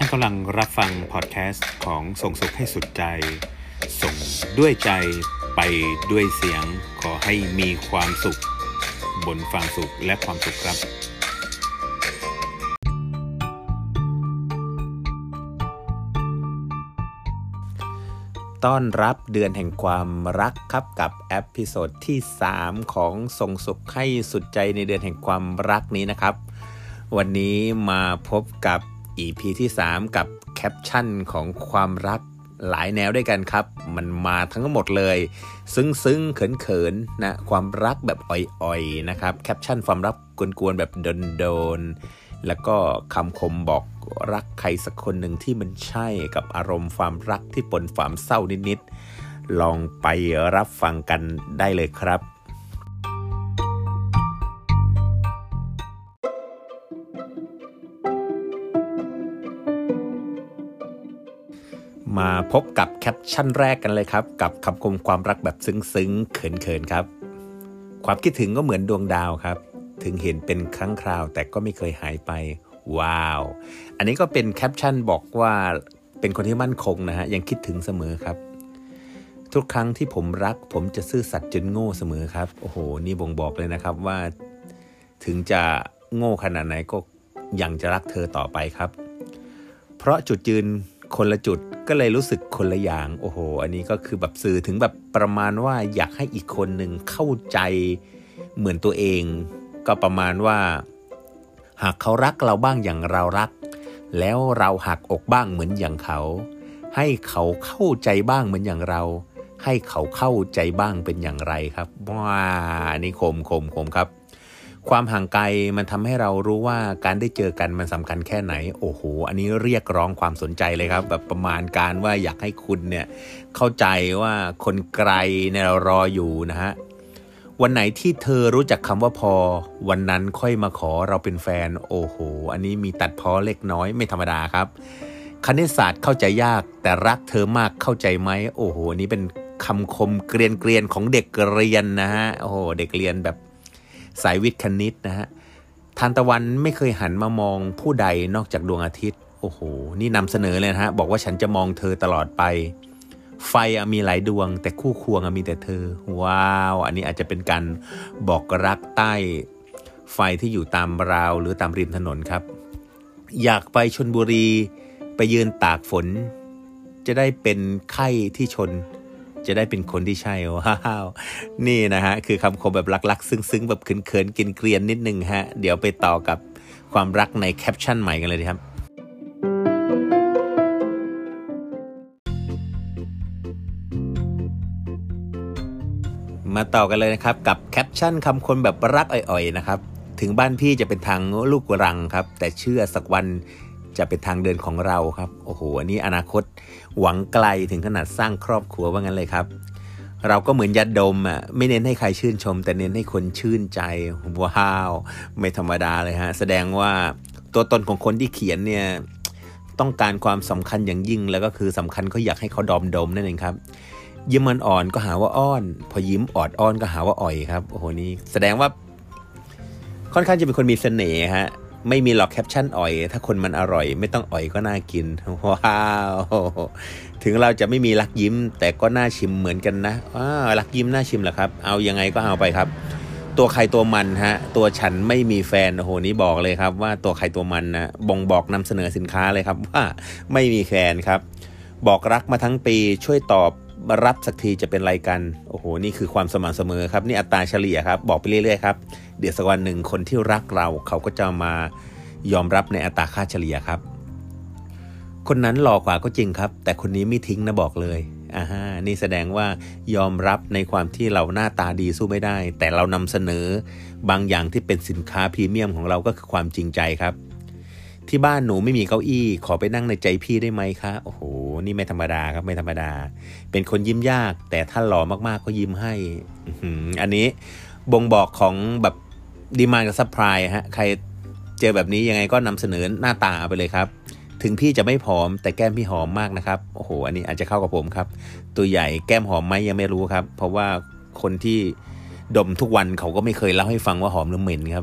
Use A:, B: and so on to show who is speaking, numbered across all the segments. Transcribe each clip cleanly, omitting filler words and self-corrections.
A: านกำลังรับฟังพอดแคสต์ของส่งสุขให้สุดใจส่งด้วยใจไปด้วยเสียงขอให้มีความสุขบนความสุขและความสุขครับต้อนรับเดือนแห่งความรักครับกับเอพิโซดที่3ของส่งสุขให้สุดใจในเดือนแห่งความรักนี้นะครับวันนี้มาพบกับ EP ที่3กับแคปชั่นของความรักหลายแนวด้วยกันครับมันมาทั้งหมดเลยซึ้งๆเขินๆนะความรักแบบอ่อยๆนะครับแคปชั่นความรักกวนๆแบบโดนๆแล้วก็คำคมบอกรักใครสักคนหนึ่งที่มันใช่กับอารมณ์ความรักที่ปนความเศร้านิดๆลองไปรับฟังกันได้เลยครับมาพบกับแคปชั่นแรกกันเลยครับกับคำคมความรักแบบซึ้งๆเขินๆครับความคิดถึงก็เหมือนดวงดาวครับถึงเห็นเป็นครั้งคราวแต่ก็ไม่เคยหายไปว้าวอันนี้ก็เป็นแคปชั่นบอกว่าเป็นคนที่มั่นคงนะฮะยังคิดถึงเสมอครับทุกครั้งที่ผมรักผมจะซื่อสัตย์จนโง่เสมอครับโอ้โหนี่บ่งบอกเลยนะครับว่าถึงจะโง่ขนาดไหนก็ยังจะรักเธอต่อไปครับเพราะจุดยืนคนละจุดก็เลยรู้สึกคนละอย่างโอ้โหอันนี้ก็คือแบบสื่อถึงแบบประมาณว่าอยากให้อีกคนหนึ่งเข้าใจเหมือนตัวเองก็ประมาณว่าหากเขารักเราบ้างอย่างเรารักแล้วเราหักอกบ้างเหมือนอย่างเขาให้เขาเข้าใจบ้างเหมือนอย่างเราให้เขาเข้าใจบ้างเป็นอย่างไรครับว้านี่คมครับความห่างไกลมันทำให้เรารู้ว่าการได้เจอกันมันสำคัญแค่ไหนโอ้โหอันนี้เรียกร้องความสนใจเลยครับแบบประมาณการว่าอยากให้คุณเนี่ยเข้าใจว่าคนไกลเนี่ยรออยู่นะฮะวันไหนที่เธอรู้จักคำว่าพอวันนั้นค่อยมาขอเราเป็นแฟนโอ้โหอันนี้มีตัดพ้อเล็กน้อยไม่ธรรมดาครับคณิตศาสตร์เข้าใจยากแต่รักเธอมากเข้าใจไหมโอ้โหนี่เป็นคำคมเกรียนของเด็กเรียนนะฮะโอ้โหเด็กเรียนแบบสายวิทย์คณิตนะฮะทานตะวันไม่เคยหันมามองผู้ใดนอกจากดวงอาทิตย์โอ้โหนี่นำเสนอเลยนะฮะบอกว่าฉันจะมองเธอตลอดไปไฟมีหลายดวงแต่คู่ควงมีแต่เธอว้าวอันนี้อาจจะเป็นการบอกรักใต้ไฟที่อยู่ตามราวหรือตามริมถนนครับอยากไปชลบุรีไปยืนตากฝนจะได้เป็นไข้ที่ชนจะได้เป็นคนที่ใช่ว้าวนี่นะฮะคือคำคมแบบรักๆซึ้งๆแบบเขินๆกินเกลียนนิดนึงฮะเดี๋ยวไปต่อกับความรักในแคปชั่นใหม่กันเลยครับมาต่อกันเลยนะครับกับแคปชั่นคำคมแบบรักอ่อยๆนะครับถึงบ้านพี่จะเป็นทางลูกรังครับแต่เชื่อสักวันจะเป็นทางเดินของเราครับโอ้โหอันนี้อนาคตหวังไกลถึงขนาดสร้างครอบครัวว่างั้นเลยครับเราก็เหมือนยาดมไม่เน้นให้ใครชื่นชมแต่เน้นให้คนชื่นใจว้าวไม่ธรรมดาเลยฮะแสดงว่าตัวตนของคนที่เขียนเนี่ยต้องการความสำคัญอย่างยิ่งแล้วก็คือสำคัญก็อยากให้เขาดมนั่นเองครับยิ้มอ่อนก็หาว่าอ้อนพอยิ้มออดอ้อนก็หาว่าอ่อยครับโอ้โหนี่แสดงว่าค่อนข้างจะเป็นคนมีเสน่ห์ฮะไม่มีหรอกแคปชั่นอ่อยถ้าคนมันอร่อยไม่ต้องอ่อยก็น่ากินว้าวถึงเราจะไม่มีรักยิ้มแต่ก็น่าชิมเหมือนกันนะรักยิ้มน่าชิมเหรอครับเอายังไงก็เอาไปครับตัวใครตัวมันฮะตัวฉันไม่มีแฟนโอ้โหนี้บอกเลยครับว่าตัวใครตัวมันนะบ่งบอกนำเสนอสินค้าเลยครับว่าไม่มีแฟนครับบอกรักมาทั้งปีช่วยตอบรับสักทีจะเป็นไรกันโอ้โหนี่คือความสม่ำเสมอครับนี่อัตราเฉลี่ยครับบอกไปเรื่อยๆครับเดี๋ยวสักวันหนึ่งคนที่รักเราเขาก็จะมายอมรับในอัตราค่าเฉลี่ยครับคนนั้นหล่อกว่าก็จริงครับแต่คนนี้ไม่ทิ้งนะบอกเลยนี่แสดงว่ายอมรับในความที่เราหน้าตาดีสู้ไม่ได้แต่เรานำเสนอบางอย่างที่เป็นสินค้าพรีเมียมของเราก็คือความจริงใจครับที่บ้านหนูไม่มีเก้าอี้ขอไปนั่งในใจพี่ได้ไหมคะโอ้โหนี่ไม่ธรรมดาครับไม่ธรรมดาเป็นคนยิ้มยากแต่ถ้าหล่อมากๆก็ยิ้มให้อันนี้บ่งบอกของแบบดีมานด์กับซัพพลายฮะใครเจอแบบนี้ยังไงก็นำเสนอหน้าตาไปเลยครับถึงพี่จะไม่ผอมแต่แก้มพี่หอมมากนะครับโอ้โหอันนี้อาจจะเข้ากับผมครับตัวใหญ่แก้มหอมไหมยังไม่รู้ครับเพราะว่าคนที่ดมทุกวันเขาก็ไม่เคยเล่าให้ฟังว่าหอมหรือเหม็นครับ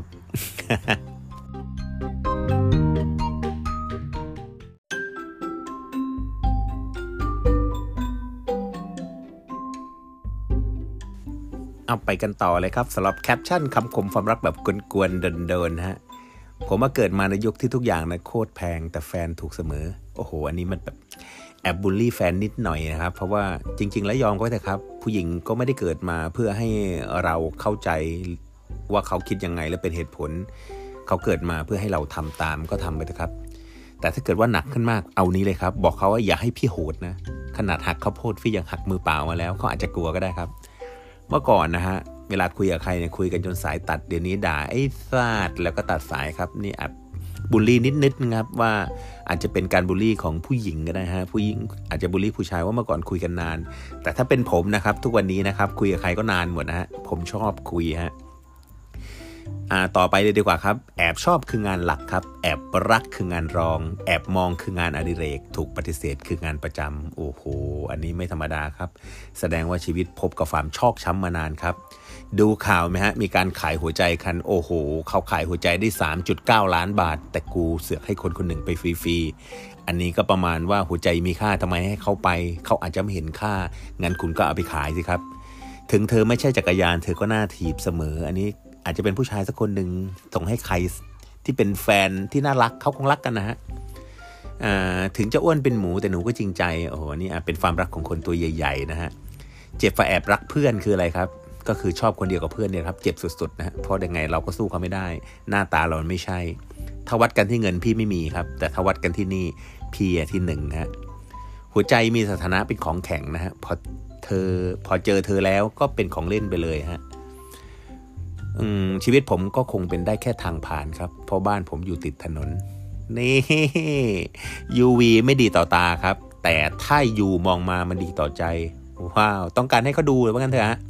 A: เอาไปกันต่อเลยครับสำหรับแคปชั่นคำคมความรักแบบกวนๆเดินๆฮะผมมาเกิดมาในยุคที่ทุกอย่างนะโคตรแพงแต่แฟนถูกเสมอโอ้โหอันนี้มันแบบแอบบูลลี่แฟนนิดหน่อยนะครับเพราะว่าจริงๆแล้วยอมก็เถอะครับผู้หญิงก็ไม่ได้เกิดมาเพื่อให้เราเข้าใจว่าเขาคิดยังไงและเป็นเหตุผลเขาเกิดมาเพื่อให้เราทำตามก็ทำไปเถอะครับแต่ถ้าเกิดว่าหนักขึ้นมากเอานี้เลยครับบอกเขาว่าอย่าให้พี่โหดนะขนาดหักข้าวโพดพี่ยังหักมือเปล่ามาแล้วเขาอาจจะกลัวก็ได้ครับเมื่อก่อนนะฮะเวลาคุยกับใครเนี่ยคุยกันจนสายตัดเดี๋ยวนี้ด่าไอ้ซาดแล้วก็ตัดสายครับนี่อาจบูลลี่นิดๆนะครับว่าอาจจะเป็นการบูลลี่ของผู้หญิงก็ได้ฮะผู้หญิงอาจจะบูลลี่ผู้ชายว่าเมื่อก่อนคุยกันนานแต่ถ้าเป็นผมนะครับทุกวันนี้นะครับคุยกับใครก็นานหมดนะฮะผมชอบคุยฮะต่อไปเลยดีกว่าครับแอบชอบคืองานหลักครับแอบรักคืองานรองแอบมองคืองานอดิเรกถูกปฏิเสธคืองานประจำโอ้โหอันนี้ไม่ธรรมดาครับแสดงว่าชีวิตพบกับความชอกช้ำมานานครับดูข่าวไหมฮะมีการขายหัวใจกันโอ้โหเขาขายหัวใจได้ 3.9 ล้านบาทแต่กูเสือกให้คนคนหนึ่งไปฟรีๆอันนี้ก็ประมาณว่าหัวใจมีค่าทำไมให้เขาไปเขาอาจจะไม่เห็นค่างั้นคุณก็เอาไปขายสิครับถึงเธอไม่ใช่จักรยานเธอก็น่าถีบเสมออันนี้อาจจะเป็นผู้ชายสักคนหนึ่งส่งให้ใครที่เป็นแฟนที่น่ารักเขาคงรักกันนะฮะถึงจะอ้วนเป็นหมูแต่หนูก็จริงใจโอ้โหนี่เป็นความรักของคนตัวใหญ่ๆนะฮะเจ็บฝาแอบรักเพื่อนคืออะไรครับก็คือชอบคนเดียวกับเพื่อนเนี่ยครับเจ็บสุดๆนะฮะเพราะยังไงเราก็สู้เขาไม่ได้หน้าตาเราไม่ใช่ถ้าวัดกันที่เงินพี่ไม่มีครับแต่ถ้าวัดกันที่นี่พี่ที่หนึ่งฮะหัวใจมีสถานะเป็นของแข็งนะฮะพอเจอเธอแล้วก็เป็นของเล่นไปเลยฮะชีวิตผมก็คงเป็นได้แค่ทางผ่านครับเพราะบ้านผมอยู่ติดถนนนี่ UV ไม่ดีต่อตาครับแต่ถ้ายูมองมามันดีต่อใจว้าวต้องการให้เขาดูเลยว่างั้นเถอะฮะ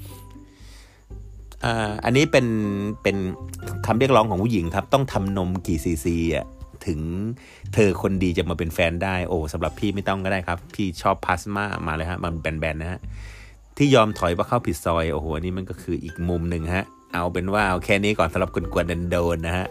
A: อันนี้เป็นคำเรียกร้องของผู้หญิงครับต้องทำนมกี่ซีซีถึงเธอคนดีจะมาเป็นแฟนได้โอ้สำหรับพี่ไม่ต้องก็ได้ครับพี่ชอบพลาสมามาเลยฮะมันแบนๆนะฮะที่ยอมถอยเพราะเข้าผิดซอยโอ้โหอันนี้มันก็คืออีกมุมหนึ่งฮะเอาเป็นว่าเอาแค่นี้ก่อนสำหรับกวนๆโดนๆนะฮะ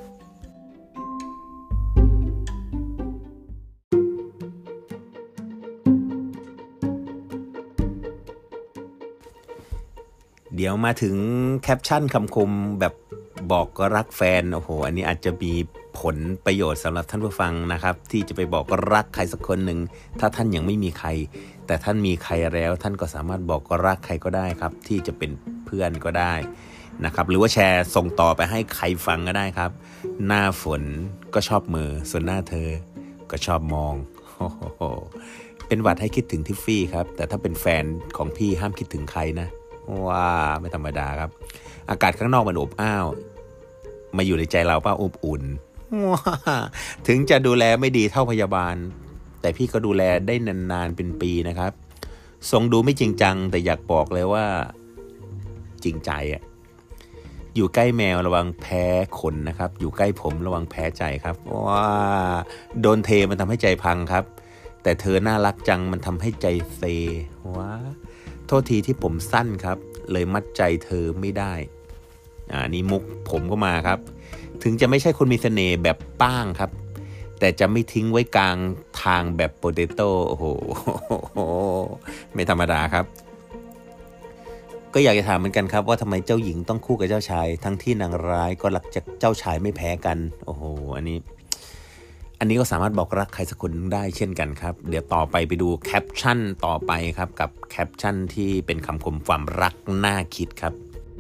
A: เดี๋ยวมาถึงแคปชั่นคำคมแบบบอกรักแฟนโอ้โหอันนี้อาจจะมีผลประโยชน์สำหรับท่านผู้ฟังนะครับที่จะไปบอกรักใครสักคนหนึ่งถ้าท่านยังไม่มีใครแต่ท่านมีใครแล้วท่านก็สามารถบอกรักใครก็ได้ครับที่จะเป็นเพื่อนก็ได้นะครับหรือว่าแชร์ส่งต่อไปให้ใครฟังก็ได้ครับหน้าฝนก็ชอบมือส่วนหน้าเธอก็ชอบมองเป็นหวัดให้คิดถึงทิฟฟี่ครับแต่ถ้าเป็นแฟนของพี่ห้ามคิดถึงใครนะว้าไม่ธรรมดาครับอากาศข้างนอกมันอบอ้าวมาอยู่ในใจเราป้าอบอุ่นถึงจะดูแลไม่ดีเท่าพยาบาลแต่พี่ก็ดูแลได้นานๆเป็นปีนะครับทรงดูไม่จริงจังแต่อยากบอกเลยว่าจริงใจอยู่ใกล้แมวระวังแพ้ขนนะครับอยู่ใกล้ผมระวังแพ้ใจครับว้าโดนเทมันทำให้ใจพังครับแต่เธอน่ารักจังมันทำให้ใจเซว้าโทษทีที่ผมสั้นครับเลยมัดใจเธอไม่ได้นี่มุกผมก็มาครับถึงจะไม่ใช่คนมีเสน่ห์แบบป้างครับแต่จะไม่ทิ้งไว้กลางทางแบบโปเตโต้โอ้โหไม่ธรรมดาครับก็อยากจะถามเหมือนกันครับว่าทำไมเจ้าหญิงต้องคู่กับเจ้าชายทั้งที่นางร้ายก็รักจากเจ้าชายไม่แพ้กันโอ้โหอันนี้ก็สามารถบอกรักใครสักคนได้เช่นกันครับเดี๋ยวต่อไปดูแคปชั่นต่อไปครับกับแคปชั่นที่เป็นคำคมความรักน่าคิดครับ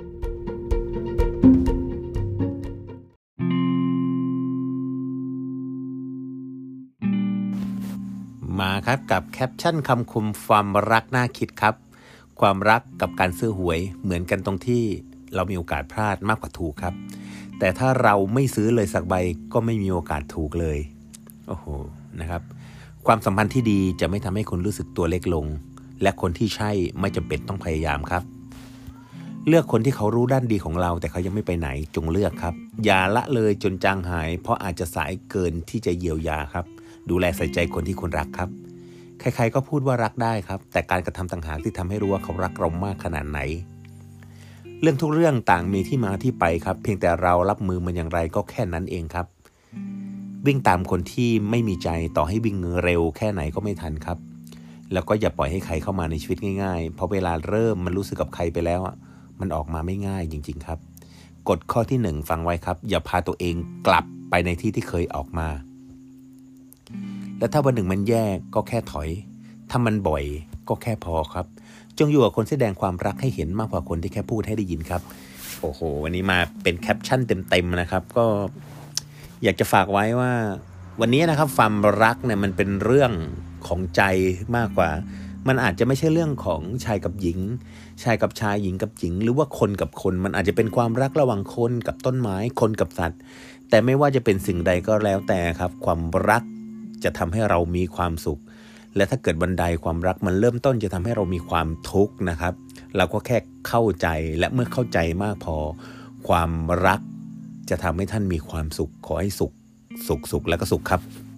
A: มาครับกับแคปชั่นคำคมความรักน่าคิดครับความรักกับการซื้อหวยเหมือนกันตรงที่เรามีโอกาสพลาดมากกว่าถูกครับแต่ถ้าเราไม่ซื้อเลยสักใบก็ไม่มีโอกาสถูกเลยโอ้โหนะครับความสัมพันธ์ที่ดีจะไม่ทำให้คุณรู้สึกตัวเล็กลงและคนที่ใช่ไม่จำเป็นต้องพยายามครับเลือกคนที่เขารู้ด้านดีของเราแต่เขายังไม่ไปไหนจงเลือกครับอย่าละเลยจนจางหายเพราะอาจจะสายเกินที่จะเยียวยาครับดูแลใส่ใจคนที่คุณรักครับใครๆก็พูดว่ารักได้ครับแต่การกระทำต่างหากที่ทำให้รู้ว่าเขารักเรามากขนาดไหนเรื่องทุกเรื่องต่างมีที่มาที่ไปครับเพียงแต่เรารับมือมันอย่างไรก็แค่นั้นเองครับวิ่งตามคนที่ไม่มีใจต่อให้วิ่งเร็วแค่ไหนก็ไม่ทันครับแล้วก็อย่าปล่อยให้ใครเข้ามาในชีวิตง่ายๆเพราะเวลาเริ่มมันรู้สึกกับใครไปแล้วมันออกมาไม่ง่ายจริงๆครับกฎข้อที่1ฟังไว้ครับอย่าพาตัวเองกลับไปในที่ที่เคยออกมาและถ้าวันหนึ่งมันแย่ก็แค่ถอยถ้ามันบ่อยก็แค่พอครับจงอยู่กับคนแสดงความรักให้เห็นมากกว่าคนที่แค่พูดให้ได้ยินครับโอ้โหวันนี้มาเป็นแคปชั่นเต็มๆนะครับก็อยากจะฝากไว้ว่าวันนี้นะครับความรักเนี่ยมันเป็นเรื่องของใจมากกว่ามันอาจจะไม่ใช่เรื่องของชายกับหญิงชายกับชายหญิงกับหญิงหรือว่าคนกับคนมันอาจจะเป็นความรักระหว่างคนกับต้นไม้คนกับสัตว์แต่ไม่ว่าจะเป็นสิ่งใดก็แล้วแต่ครับความรักจะทำให้เรามีความสุขและถ้าเกิดวันใดความรักมันเริ่มต้นจะทำให้เรามีความทุกข์นะครับเราก็แค่เข้าใจและเมื่อเข้าใจมากพอความรักจะทำให้ท่านมีความสุขขอให้สุขแล้วก็สุขครับ